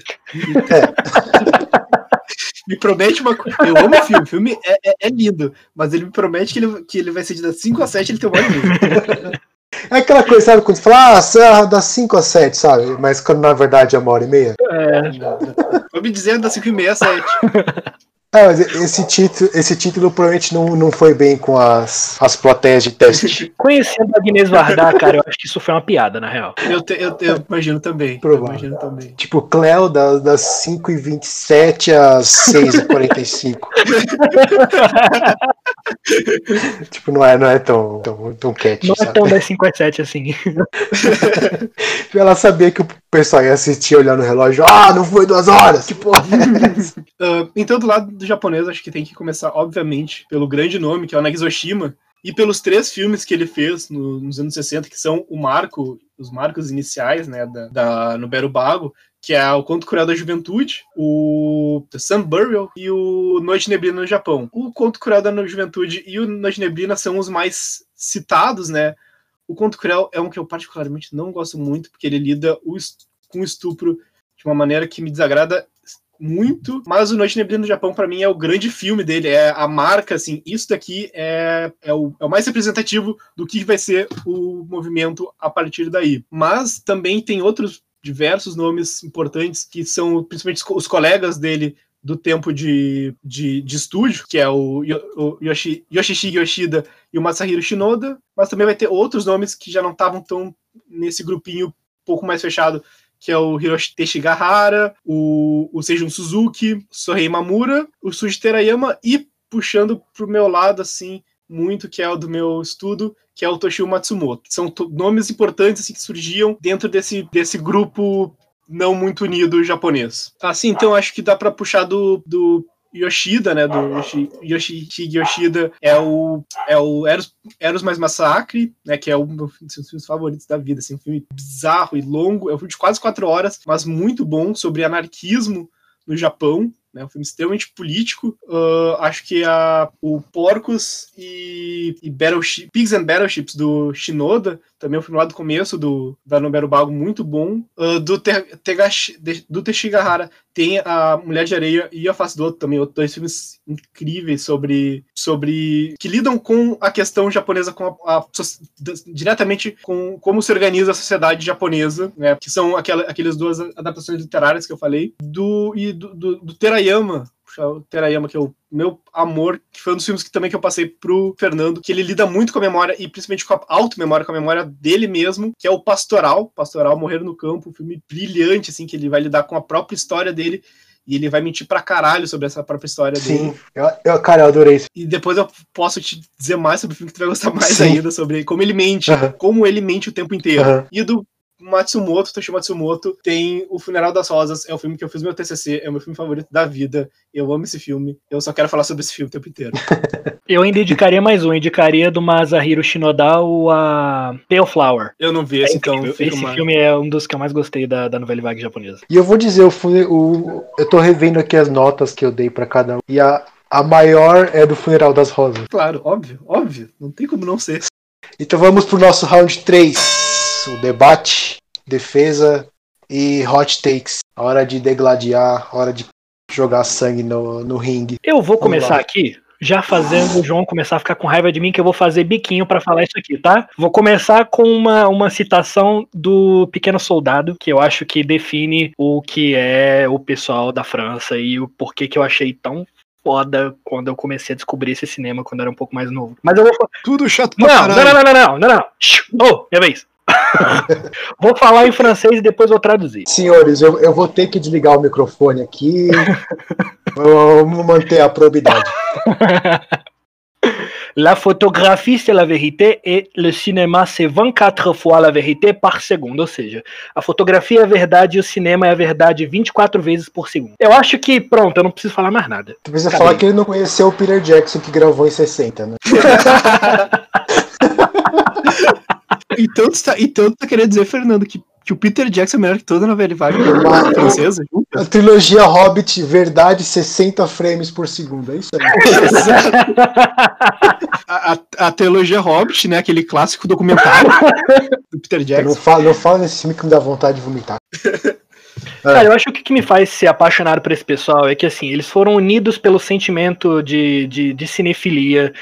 É. Me promete uma coisa. Eu amo o filme, o filme é, é, é lindo, mas ele me promete que ele, que ele vai ser de das cinco a sete, ele tem uma hora e meia. É aquela coisa, sabe, quando você fala, ah, das cinco a sete, sabe? Mas quando na verdade é uma hora e meia. É. Vou me dizendo das cinco e meia a sete. Ah, mas esse título, esse título provavelmente não, não foi bem com as, as plateias de teste. Conhecendo a Agnes Varda, cara, eu acho que isso foi uma piada, na real. Eu, te, eu, eu imagino também. Eu imagino também. Tipo, Cleo das, das cinco e vinte e sete às seis e quarenta e cinco. Tipo, não é, não é tão, tão, tão catchy, Não sabe? é tão das cinco às sete assim. Ela sabia que o pessoal ia assistir olhando o relógio. Ah, não foi duas horas! Que porra é essa? Uh, então, do lado do japonês, acho que tem que começar, obviamente, pelo grande nome, que é o Nagisa-Oshima, e pelos três filmes que ele fez no, nos anos sessenta, que são o marco, os marcos iniciais, né, da, da Nobuo Bago, que é o Conto Cruel da Juventude, o The Sun Burial e o Noite de Neblina no Japão. O Conto Cruel da Juventude e o Noite de Neblina são os mais citados, né? O Conto Cruel é um que eu particularmente não gosto muito, porque ele lida o, com o estupro de uma maneira que me desagrada muito, mas o Noite de Neblina no Japão, pra mim, é o grande filme dele, é a marca, assim, isso daqui é, é, o, é o mais representativo do que vai ser o movimento a partir daí. Mas também tem outros diversos nomes importantes, que são principalmente os colegas dele do tempo de, de, de estúdio, que é o, o Yoshi, Yoshihide Yoshida e o Masahiro Shinoda, mas também vai ter outros nomes que já não estavam tão nesse grupinho um pouco mais fechado, que é o Hiroshi Teshigahara, o, o Seijun Suzuki, o Sohei Mamura, o Suji Terayama e, puxando pro meu lado, assim, muito, que é o do meu estudo, que é o Toshio Matsumoto. São nomes importantes assim, que surgiam dentro desse, desse grupo não muito unido japonês. Assim, então acho que dá para puxar do, do Yoshida, né, do Yoshi, Yoshihide Yoshida, é o, é o Eros, Eros mais Massacre, né, que é um dos meus filmes favoritos da vida, assim, um filme bizarro e longo, é um filme de quase quatro horas, mas muito bom, sobre anarquismo no Japão, né, um filme extremamente político. Uh, acho que a, o Porcos e, e Battleship, Pigs and Battleships do Shinoda, também é um filme lá do começo do, da Nobuo Bago, muito bom. Uh, do, Te, Tegashi, do Teshigahara tem a Mulher de Areia e A Face do Outro, também dois filmes incríveis sobre, sobre que lidam com a questão japonesa, com a, a, diretamente com como se organiza a sociedade japonesa, né, que são aquela, aquelas duas adaptações literárias que eu falei, do, e do, do, do Terayama, o Terayama, que é o meu amor, que foi um dos filmes que também que eu passei pro Fernando, que ele lida muito com a memória, e principalmente com a auto-memória, com a memória dele mesmo, que é o Pastoral, Pastoral, Morrer no Campo, um filme brilhante, assim, que ele vai lidar com a própria história dele, e ele vai mentir pra caralho sobre essa própria história Sim, dele. Sim, eu, eu, cara, eu adorei isso. E depois eu posso te dizer mais sobre o filme, que tu vai gostar mais Sim. ainda, sobre como ele mente, uh-huh. como ele mente o tempo inteiro. Uh-huh. E do Matsumoto, Toshio Matsumoto, tem O Funeral das Rosas, é o filme que eu fiz meu T C C, é o meu filme favorito da vida, eu amo esse filme, eu só quero falar sobre esse filme o tempo inteiro. Eu ainda indicaria mais um, indicaria do Masahiro Shinoda o a Pale Flower. Eu não vi esse, é então. Esse uma... filme é um dos que eu mais gostei da, da novela vague japonesa. E eu vou dizer, o, o, eu tô revendo aqui as notas que eu dei pra cada um, e a, a maior é do Funeral das Rosas. Claro, óbvio, óbvio, não tem como não ser. Então vamos pro nosso round três, o debate, defesa e hot takes. Hora de degladiar, hora de jogar sangue no, no ringue. Eu vou começar aqui, já fazendo o João começar a ficar com raiva de mim, que eu vou fazer biquinho pra falar isso aqui, tá? Vou começar com uma, uma citação do Pequeno Soldado, que eu acho que define o que é o pessoal da França e o porquê que eu achei tão foda quando eu comecei a descobrir esse cinema quando eu era um pouco mais novo. Mas eu vou... Tudo chato pra não, caralho. não, não, não, não, não, não, não. Ô, minha vez. Vou falar em francês e depois vou traduzir. Senhores, eu, eu vou ter que desligar o microfone aqui. Vamos manter a probidade. La photographie c'est la vérité et le cinéma c'est vingt-quatre fois la vérité par segundo, ou seja, a fotografia é a verdade e o cinema é a verdade vinte e quatro vezes por segundo. Eu acho que, pronto, eu não preciso falar mais nada. Tu precisa Acabei. falar que ele não conheceu o Peter Jackson que gravou em sessenta, né? Então tu, tá, então tu tá querendo dizer, Fernando, que, que o Peter Jackson é melhor que toda a novela vaga francesa? A trilogia Hobbit, verdade, sessenta frames por segundo, é isso aí. a, a, a trilogia Hobbit, né, aquele clássico documentário do Peter Jackson. Eu não falo, não falo nesse filme que me dá vontade de vomitar. Cara, eu acho que o que me faz ser apaixonado por esse pessoal é que, assim, eles foram unidos pelo sentimento de, de, de cinefilia.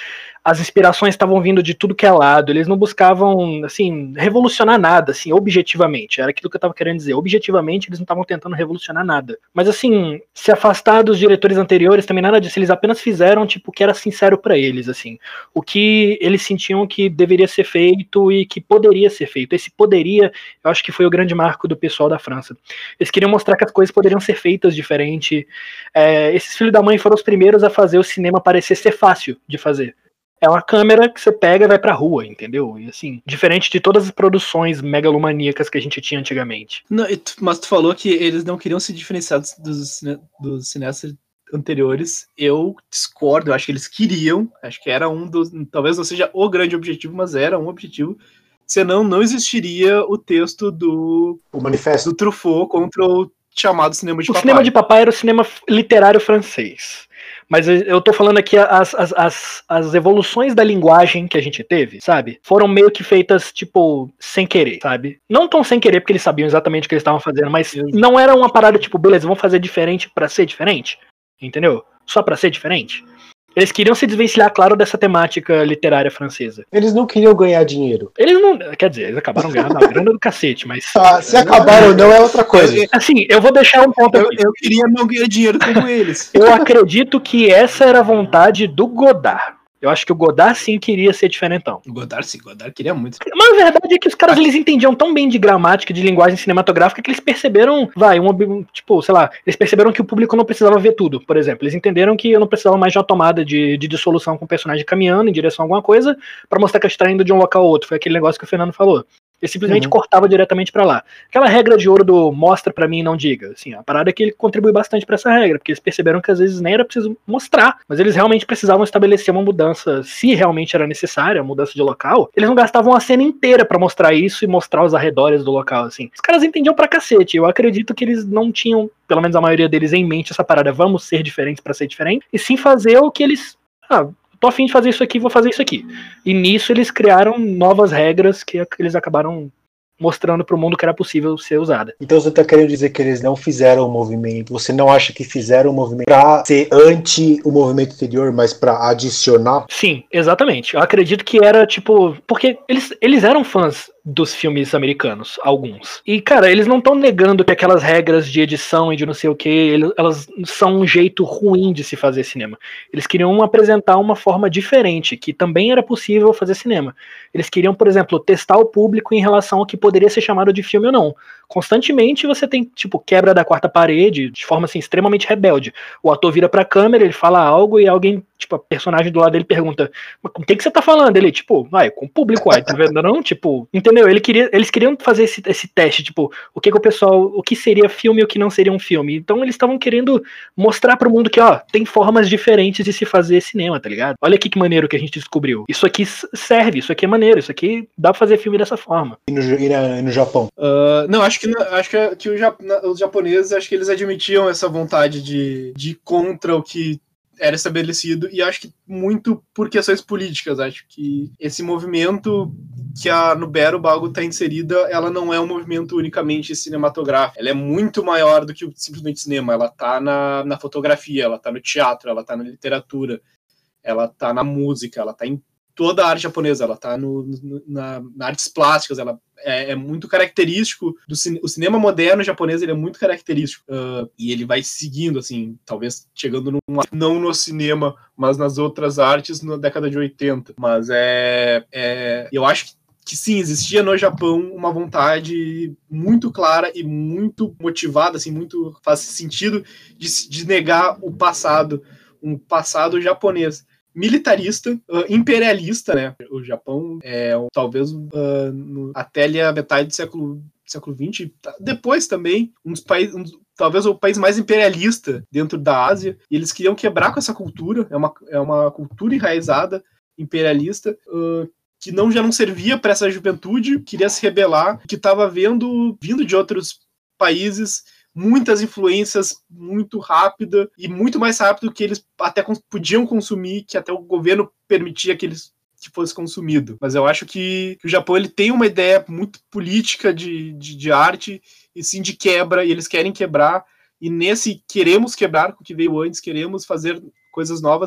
as inspirações estavam vindo de tudo que é lado, eles não buscavam, assim, revolucionar nada, assim, objetivamente, era aquilo que eu tava querendo dizer, objetivamente eles não estavam tentando revolucionar nada, mas assim, se afastar dos diretores anteriores também nada disso, eles apenas fizeram, tipo, o que era sincero pra eles, assim, o que eles sentiam que deveria ser feito e que poderia ser feito, esse poderia, eu acho que foi o grande marco do pessoal da França, eles queriam mostrar que as coisas poderiam ser feitas diferente, é, esses filhos da mãe foram os primeiros a fazer o cinema parecer ser fácil de fazer. É uma câmera que você pega e vai pra rua, entendeu? E assim, diferente de todas as produções megalomaníacas que a gente tinha antigamente. Não, tu, mas tu falou que eles não queriam se diferenciar dos, dos, dos cineastas anteriores. Eu discordo, eu acho que eles queriam, acho que era um dos, talvez não seja o grande objetivo, mas era um objetivo. Senão não existiria o texto do, o manifesto do Truffaut contra o chamado cinema de o papai. O cinema de papai era o cinema literário francês. Mas eu tô falando aqui as, as, as, as evoluções da linguagem que a gente teve, sabe? Foram meio que feitas, tipo, sem querer, sabe? Não tão sem querer, porque eles sabiam exatamente o que eles estavam fazendo, mas não era uma parada, tipo, beleza, vamos fazer diferente pra ser diferente, entendeu? Só pra ser diferente. Eles queriam se desvencilhar, claro, dessa temática literária francesa. Eles não queriam ganhar dinheiro. Eles não... Quer dizer, eles acabaram ganhando a grana do cacete, mas... Ah, se acabaram ou não é outra coisa. Assim, eu vou deixar um ponto eu, aqui. Eu queria não ganhar dinheiro como eles. Eu acredito que essa era a vontade do Godard. Eu acho que o Godard sim queria ser diferentão. O Godard sim, o Godard queria muito. Mas a verdade é que os caras eles entendiam tão bem de gramática, de linguagem cinematográfica, que eles perceberam, vai, um, tipo, sei lá, eles perceberam que o público não precisava ver tudo, por exemplo. Eles entenderam que eu não precisava mais de uma tomada de, de dissolução com o personagem caminhando em direção a alguma coisa, pra mostrar que a gente tá indo de um local a outro. Foi aquele negócio que o Fernando falou. Ele simplesmente uhum. cortava diretamente pra lá. Aquela regra de ouro do mostra pra mim e não diga. Assim, a parada é que ele contribui bastante pra essa regra, porque eles perceberam que às vezes nem era preciso mostrar, mas eles realmente precisavam estabelecer uma mudança, se realmente era necessária, a mudança de local, eles não gastavam a cena inteira pra mostrar isso e mostrar os arredores do local, assim. Os caras entendiam pra cacete, eu acredito que eles não tinham, pelo menos a maioria deles, em mente essa parada, vamos ser diferentes pra ser diferente, e sim fazer o que eles... Ah, tô a fim de fazer isso aqui, vou fazer isso aqui. E nisso eles criaram novas regras que eles acabaram mostrando pro mundo que era possível ser usada. Então você tá querendo dizer que eles não fizeram o movimento, você não acha que fizeram o movimento pra ser anti o movimento anterior, mas pra adicionar? Sim, exatamente. Eu acredito que era tipo, porque eles, eles eram fãs dos filmes americanos, alguns. E, cara, eles não estão negando que aquelas regras de edição e de não sei o que, elas são um jeito ruim de se fazer cinema. Eles queriam apresentar uma forma diferente, que também era possível fazer cinema. Eles queriam, por exemplo, testar o público em relação ao que poderia ser chamado de filme ou não. Constantemente você tem, tipo, quebra da quarta parede, de forma, assim, extremamente rebelde. O ator vira pra câmera, ele fala algo e alguém, tipo, a personagem do lado dele pergunta, mas com o que, que você tá falando? Ele, tipo, vai, com o público, aí, tá vendo? Não, tipo, entendeu? Ele queria, eles queriam fazer esse, esse teste, tipo, o que que o pessoal, o que seria filme e o que não seria um filme. Então eles estavam querendo mostrar pro mundo que, ó, tem formas diferentes de se fazer cinema, tá ligado? Olha aqui que maneiro que a gente descobriu. Isso aqui serve, isso aqui é maneiro, isso aqui dá pra fazer filme dessa forma. E no, e na, e no Japão? Uh, não, acho que, acho que, que o, os japoneses, acho que eles admitiam essa vontade de, de ir contra o que era estabelecido, e acho que muito por questões políticas. Acho que esse movimento que a Nobuo Bago está inserida, ela não é um movimento unicamente cinematográfico, ela é muito maior do que simplesmente cinema, ela está na, na fotografia, ela está no teatro, ela está na literatura, ela está na música, ela está em toda a arte japonesa, ela está no, no, na, na artes plásticas, ela é, é muito característico do cine, o cinema moderno japonês, ele é muito característico, uh, e ele vai seguindo, assim, talvez chegando num, não no cinema, mas nas outras artes na década de oitenta, mas é, é eu acho que que sim, existia no Japão uma vontade muito clara e muito motivada, assim, muito faz sentido de, de negar o passado, um passado japonês militarista, uh, imperialista, né? O Japão é talvez uh, no, até ali a metade do século, século vinte, depois também, um dos países, um, talvez o país mais imperialista dentro da Ásia, e eles queriam quebrar com essa cultura, é uma, é uma cultura enraizada, imperialista, uh, que não, já não servia para essa juventude, queria se rebelar, que estava vendo, vindo de outros países, muitas influências muito rápida e muito mais rápido que eles até podiam consumir, que até o governo permitia que eles que fosse consumido. Mas eu acho que, que o Japão ele tem uma ideia muito política de, de, de arte e sim de quebra, e eles querem quebrar, e nesse queremos quebrar com o que veio antes, queremos fazer coisas novas,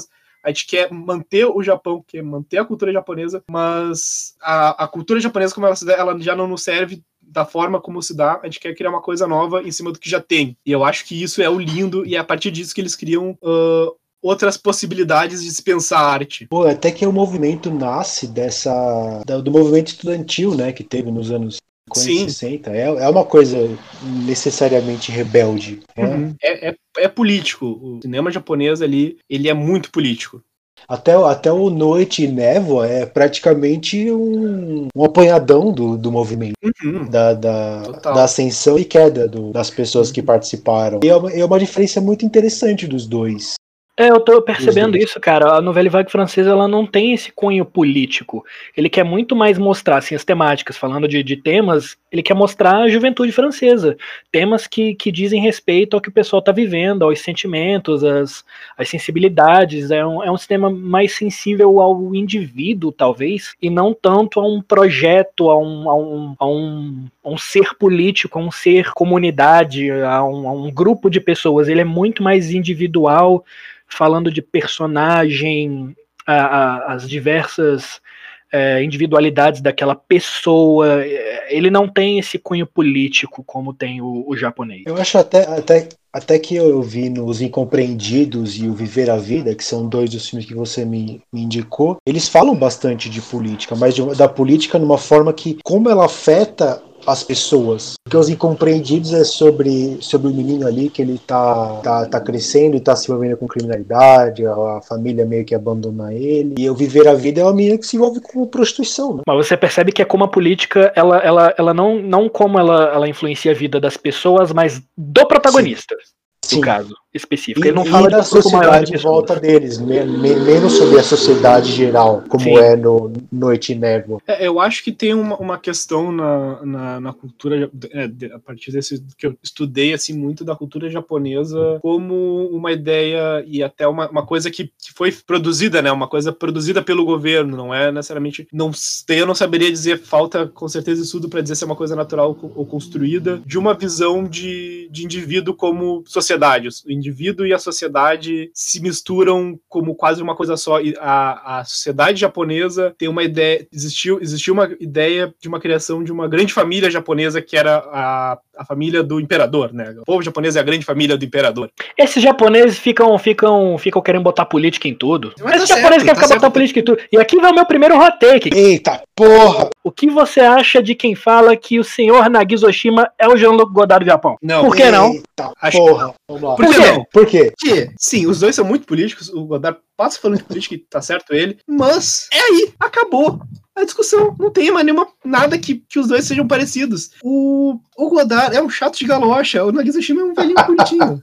a gente quer manter o Japão, quer manter a cultura japonesa, mas a, a cultura japonesa, como ela se dá, ela já não nos serve da forma como se dá, a gente quer criar uma coisa nova em cima do que já tem. E eu acho que isso é o lindo, e é a partir disso que eles criam uh, outras possibilidades de se pensar a arte. Pô, até que o movimento nasce dessa do movimento estudantil, né, que teve nos anos cinquenta, sessenta. É, é uma coisa necessariamente rebelde. Né? Uhum. É, é, é político. O cinema japonês ali, ele é muito político. Até, até o Noite e Névoa é praticamente um, um apanhadão do, do movimento, uhum. da, da, da ascensão e queda do, das pessoas que participaram. E é uma, é uma diferença muito interessante dos dois. É, eu tô percebendo isso, cara. A Nouvelle Vague francesa, ela não tem esse cunho político. Ele quer muito mais mostrar, assim, as temáticas, falando de, de temas, ele quer mostrar a juventude francesa. Temas que, que dizem respeito ao que o pessoal tá vivendo, aos sentimentos, às, às sensibilidades. É um, é um cinema mais sensível ao indivíduo, talvez, e não tanto a um projeto, a um, a um, a um, a um ser político, a um ser comunidade, a um, a um grupo de pessoas. Ele é muito mais individual, falando de personagem, a, a, as diversas é, individualidades daquela pessoa. Ele não tem esse cunho político como tem o, o japonês. Eu acho até, até, até que eu vi nos Incompreendidos e o Viver a Vida, que são dois dos filmes que você me, me indicou, eles falam bastante de política, mas de, da política numa forma que, como ela afeta as pessoas. Porque Os Incompreendidos é sobre, sobre o menino ali que ele tá, tá, tá crescendo e tá se envolvendo com criminalidade, a, a família meio que abandona ele. E o Viver a Vida é uma menina que se envolve com prostituição, né? Mas você percebe que é como a política, ela, ela, ela não, não como ela, ela influencia a vida das pessoas, mas do protagonista. Sim. No caso específico. E, Ele não e fala da de sociedade em volta deles, me, me, menos sobre a sociedade geral, como Sim. é no Noite e Névoa. É, eu acho que tem uma, uma questão na, na, na cultura, é, a partir desse que eu estudei assim, muito da cultura japonesa, como uma ideia e até uma, uma coisa que, que foi produzida, né? Uma coisa produzida pelo governo, não é necessariamente. Não, eu não saberia dizer, falta com certeza estudo para dizer se é uma coisa natural ou construída, de uma visão de, de indivíduo como sociedade. O indivíduo e a sociedade se misturam como quase uma coisa só. E a, a sociedade japonesa tem uma ideia, existiu, existiu uma ideia de uma criação de uma grande família japonesa que era a, a família do imperador, né? O povo japonês é a grande família do imperador. Esses japoneses ficam, ficam, ficam querendo botar política em tudo. Mas Esses tá japoneses certo, querem tá ficar botando política em tudo. E aqui vai o meu primeiro hot take. Eita porra! O que você acha de quem fala que o senhor Nagisa Oshima é o Jean-Luc Godard do Japão? Não. Por que não? Eita Acho porra! Vamos lá. Por que não? Por quê? Que, sim, os dois são muito políticos, o Godard passa falando de política e tá certo ele, mas é aí, acabou a discussão, não tem mais nenhuma, nada que, que os dois sejam parecidos. O, o Godard é um chato de galocha, o Nagisa Oshima é um velhinho bonitinho.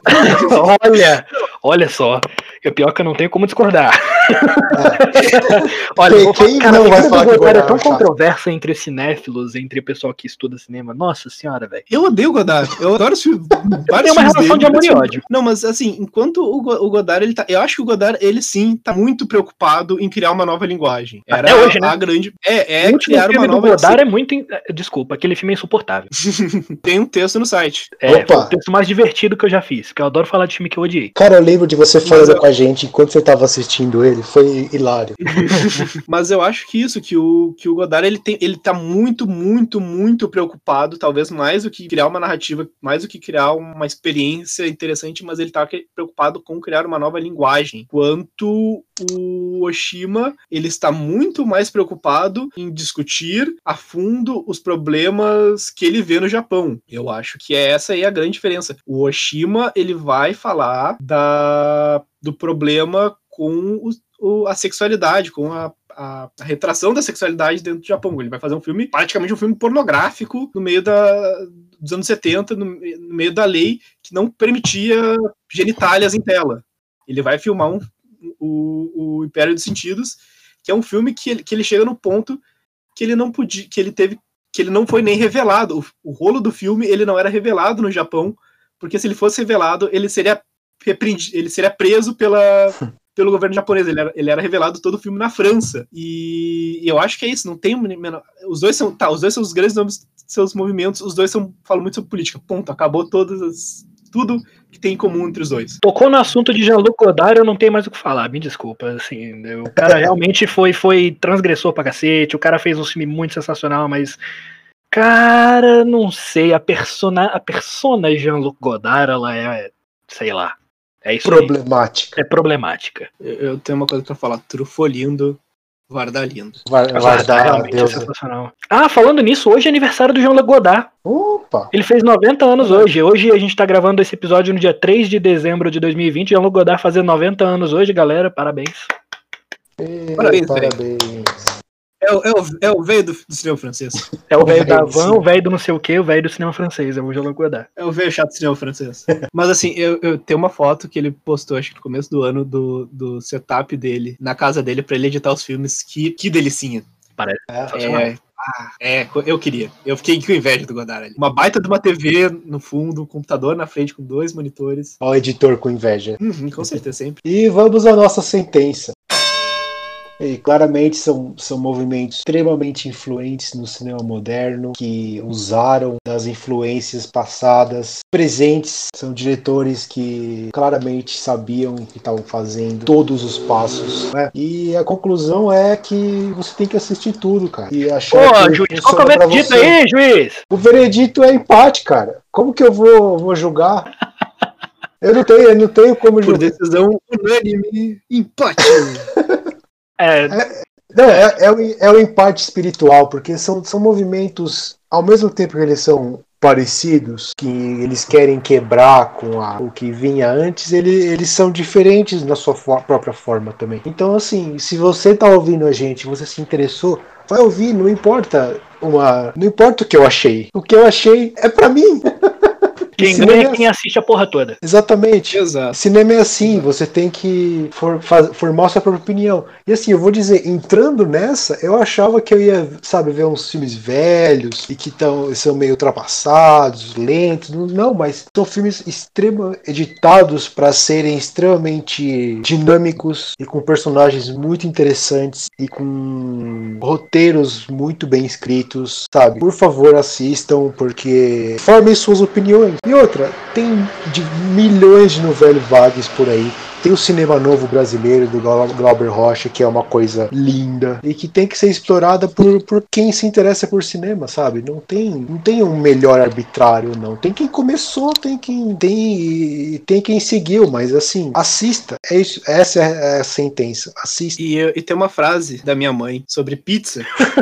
Olha, olha só, é pior que eu não tenho como discordar. Olha, Quem, vou falar, quem cara, não a vai figura falar do que o Godard é Godard tão é chato? controversa entre cinéfilos, entre o pessoal que estuda cinema. Nossa senhora, velho. Eu odeio o Godard, eu adoro os filmes, vários Tem uma filmes relação dele, de amor e assim, ódio. Não, mas assim, enquanto o, Go- o Godard, ele tá, eu acho que o Godard, ele sim, tá muito preocupado em criar uma nova linguagem. Era Até hoje, né? a grande... É, é o último criar filme uma do nova... Godard é muito. in- Desculpa, aquele filme é insuportável. Tem um texto no site. É, Opa. foi o texto mais divertido que eu já fiz, porque eu adoro falar de filme que eu odiei. Cara, eu lembro de você falando eu- com a gente enquanto você tava assistindo ele, foi hilário. Mas eu acho que isso, que o, que o Godard, ele, tem, ele tá muito, muito, muito preocupado, talvez mais do que criar uma narrativa, mais do que criar uma experiência interessante, mas ele tá que- preocupado com criar uma nova linguagem. Quanto o Oshima, ele está muito mais preocupado em discutir a fundo os problemas que ele vê no Japão. Eu acho que é essa aí a grande diferença. O Oshima, ele vai falar da, do problema com os o- a sexualidade, com a, a, a retração da sexualidade dentro do Japão. Ele vai fazer um filme, praticamente um filme pornográfico, no meio da, dos anos setenta, no, no meio da lei que não permitia genitálias em tela. Ele vai filmar um, o, o Império dos Sentidos, que é um filme que ele, que ele chega no ponto que ele não podia, que ele teve, que ele não foi nem revelado. O, o rolo do filme, ele não era revelado no Japão, porque se ele fosse revelado, ele seria repreendido, ele seria preso pela pelo governo japonês. Ele era, ele era revelado todo o filme na França. E, e eu acho que é isso. Não tem menor, os dois são, tá, os dois são os grandes nomes de seus movimentos. Os dois são, falam muito sobre política. Ponto. Acabou todas as tudo que tem em comum entre os dois. Tocou no assunto de Jean-Luc Godard, eu não tenho mais o que falar, me desculpa. Assim, o cara realmente foi, foi transgressor pra cacete, o cara fez um filme muito sensacional, mas... Cara, não sei, a persona, a persona Jean-Luc Godard, ela é, sei lá, é isso Problemática. aí. É problemática. Eu, eu tenho uma coisa pra falar, Trufolindo, Vardalindo. Vai, vai dar realmente é Deus. sensacional. Ah, falando nisso, hoje é aniversário do Jean-Luc Godard. Opa! Ele fez noventa anos hoje. Hoje a gente tá gravando esse episódio no dia três de dezembro de dois mil e vinte. Jean-Luc Godard fazendo noventa anos hoje, galera. Parabéns. Ei, Parabéns, parabéns. É o, é o, é o velho do, do cinema francês. É o velho da velho, van, sim. o velho do não sei o que, o velho do cinema francês. É o Jean-Luc Godard. É o velho chato do cinema francês. Mas assim, eu, eu tenho uma foto que ele postou, acho que no começo do ano, do, do setup dele, na casa dele, pra ele editar os filmes. Que, que delicinha. Parece. É, ah, é, eu queria. Eu fiquei com inveja do Godard ali. Uma baita de uma T V no fundo, um computador na frente com dois monitores. Ó, o editor com inveja. Uhum, com certeza, sempre. E vamos à nossa sentença. E claramente são, são movimentos extremamente influentes no cinema moderno, que usaram das influências passadas, presentes. São diretores que claramente sabiam o que estavam fazendo, todos os passos, né? E a conclusão é que você tem que assistir tudo, cara. E achar Pô, que juiz, qual que é o funciona pra veredito você. aí, juiz? O veredito é empate, cara. Como que eu vou, vou julgar? Eu não tenho, eu não tenho como Por julgar. decisão unânime, empate. É, Não, é, é, o, é o empate espiritual, porque são, são movimentos, ao mesmo tempo que eles são parecidos, que eles querem quebrar com a, o que vinha antes, ele, eles são diferentes na sua for, própria forma também. Então, assim, se você tá ouvindo a gente, você se interessou, vai ouvir, não importa uma, não importa o que eu achei. O que eu achei é pra mim. quem Cinema ganha é é quem assiste a porra toda. Exatamente. Exato. Cinema é assim, você tem que for, faz, formar sua própria opinião. E assim, eu vou dizer, entrando nessa, eu achava que eu ia, sabe, ver uns filmes velhos e que tão, são meio ultrapassados, lentos. Não, mas são filmes extremamente editados para serem extremamente dinâmicos e com personagens muito interessantes e com roteiros muito bem escritos, sabe? Por favor, assistam, porque formem suas opiniões. E outra, tem de milhões de novelas vagas por aí. Tem o cinema novo brasileiro do Glauber Rocha, que é uma coisa linda e que tem que ser explorada por, por quem se interessa por cinema, sabe? Não tem, não tem um melhor arbitrário, não. Tem quem começou, tem quem tem, tem quem seguiu, mas assim, assista. É isso, essa é a sentença. Assista. E, e tem uma frase da minha mãe sobre pizza.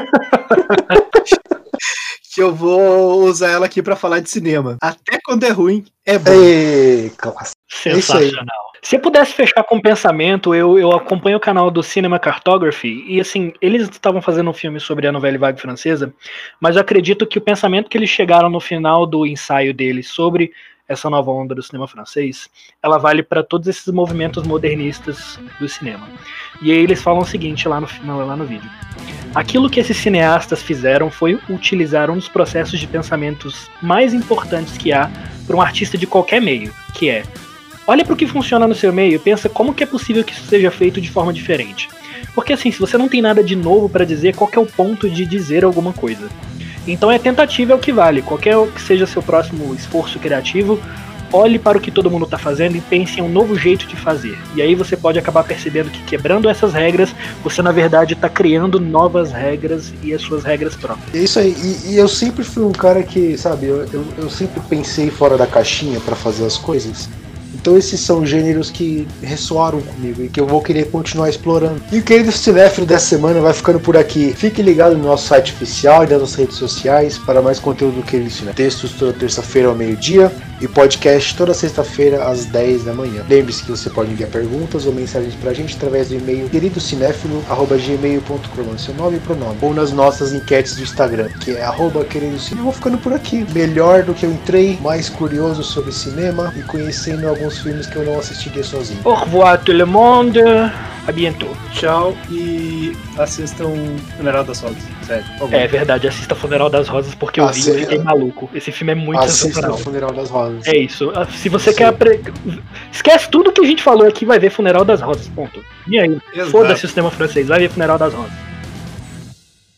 Que eu vou usar ela aqui pra falar de cinema. Até quando é ruim, é bom. Ei, classe. Sensacional. Se eu pudesse fechar com um pensamento, eu, eu acompanho o canal do Cinema Cartography e assim, eles estavam fazendo um filme sobre a Nouvelle Vague francesa, mas eu acredito que o pensamento que eles chegaram no final do ensaio deles sobre essa nova onda do cinema francês, ela vale para todos esses movimentos modernistas do cinema. E aí eles falam o seguinte lá no final, lá no vídeo. Aquilo que esses cineastas fizeram foi utilizar um dos processos de pensamentos mais importantes que há para um artista de qualquer meio, que é: olha para o que funciona no seu meio e pensa como que é possível que isso seja feito de forma diferente. Porque assim, se você não tem nada de novo para dizer, qual que é o ponto de dizer alguma coisa? Então é tentativa é o que vale. Qualquer que seja seu próximo esforço criativo, olhe para o que todo mundo está fazendo e pense em um novo jeito de fazer. E aí você pode acabar percebendo que quebrando essas regras, você na verdade está criando novas regras e as suas regras próprias. É isso aí. E, e eu sempre fui um cara que, sabe, eu, eu, eu sempre pensei fora da caixinha para fazer as coisas. Então esses são gêneros que ressoaram comigo e que eu vou querer continuar explorando. E o querido cinéfilo dessa semana vai ficando por aqui. Fique ligado no nosso site oficial e nas nossas redes sociais para mais conteúdo do querido cinéfilo. Textos toda terça-feira ao meio-dia e podcast toda sexta-feira às dez da manhã. Lembre-se que você pode enviar perguntas ou mensagens pra gente através do e-mail queridocinéfilo arroba gmail ponto com, seu nome e pronome, ou nas nossas enquetes do Instagram, que é arroba queridocinéfilo. Eu vou ficando por aqui. Melhor do que eu entrei, mais curioso sobre cinema e conhecendo alguns filmes que eu não assistiria sozinho. Au revoir tout le monde, a bientôt. Tchau e assistam Funeral das Rosas. Sério, por favor. É verdade, assista Funeral das Rosas porque eu vi e eu fiquei maluco. Esse filme é muito Assista sensacional. o Funeral das Rosas. É isso. Se você Sim. quer. Apre... Esquece tudo que a gente falou aqui, vai ver Funeral das Rosas. Ponto. E aí? Exato. Foda-se o cinema francês, vai ver Funeral das Rosas.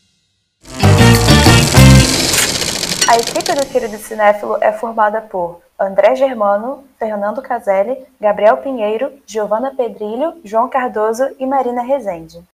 A equipe do Querido Cinéfilo é formada por André Germano, Fernando Caselli, Gabriel Pinheiro, Giovana Pedrilho, João Cardoso e Marina Rezende.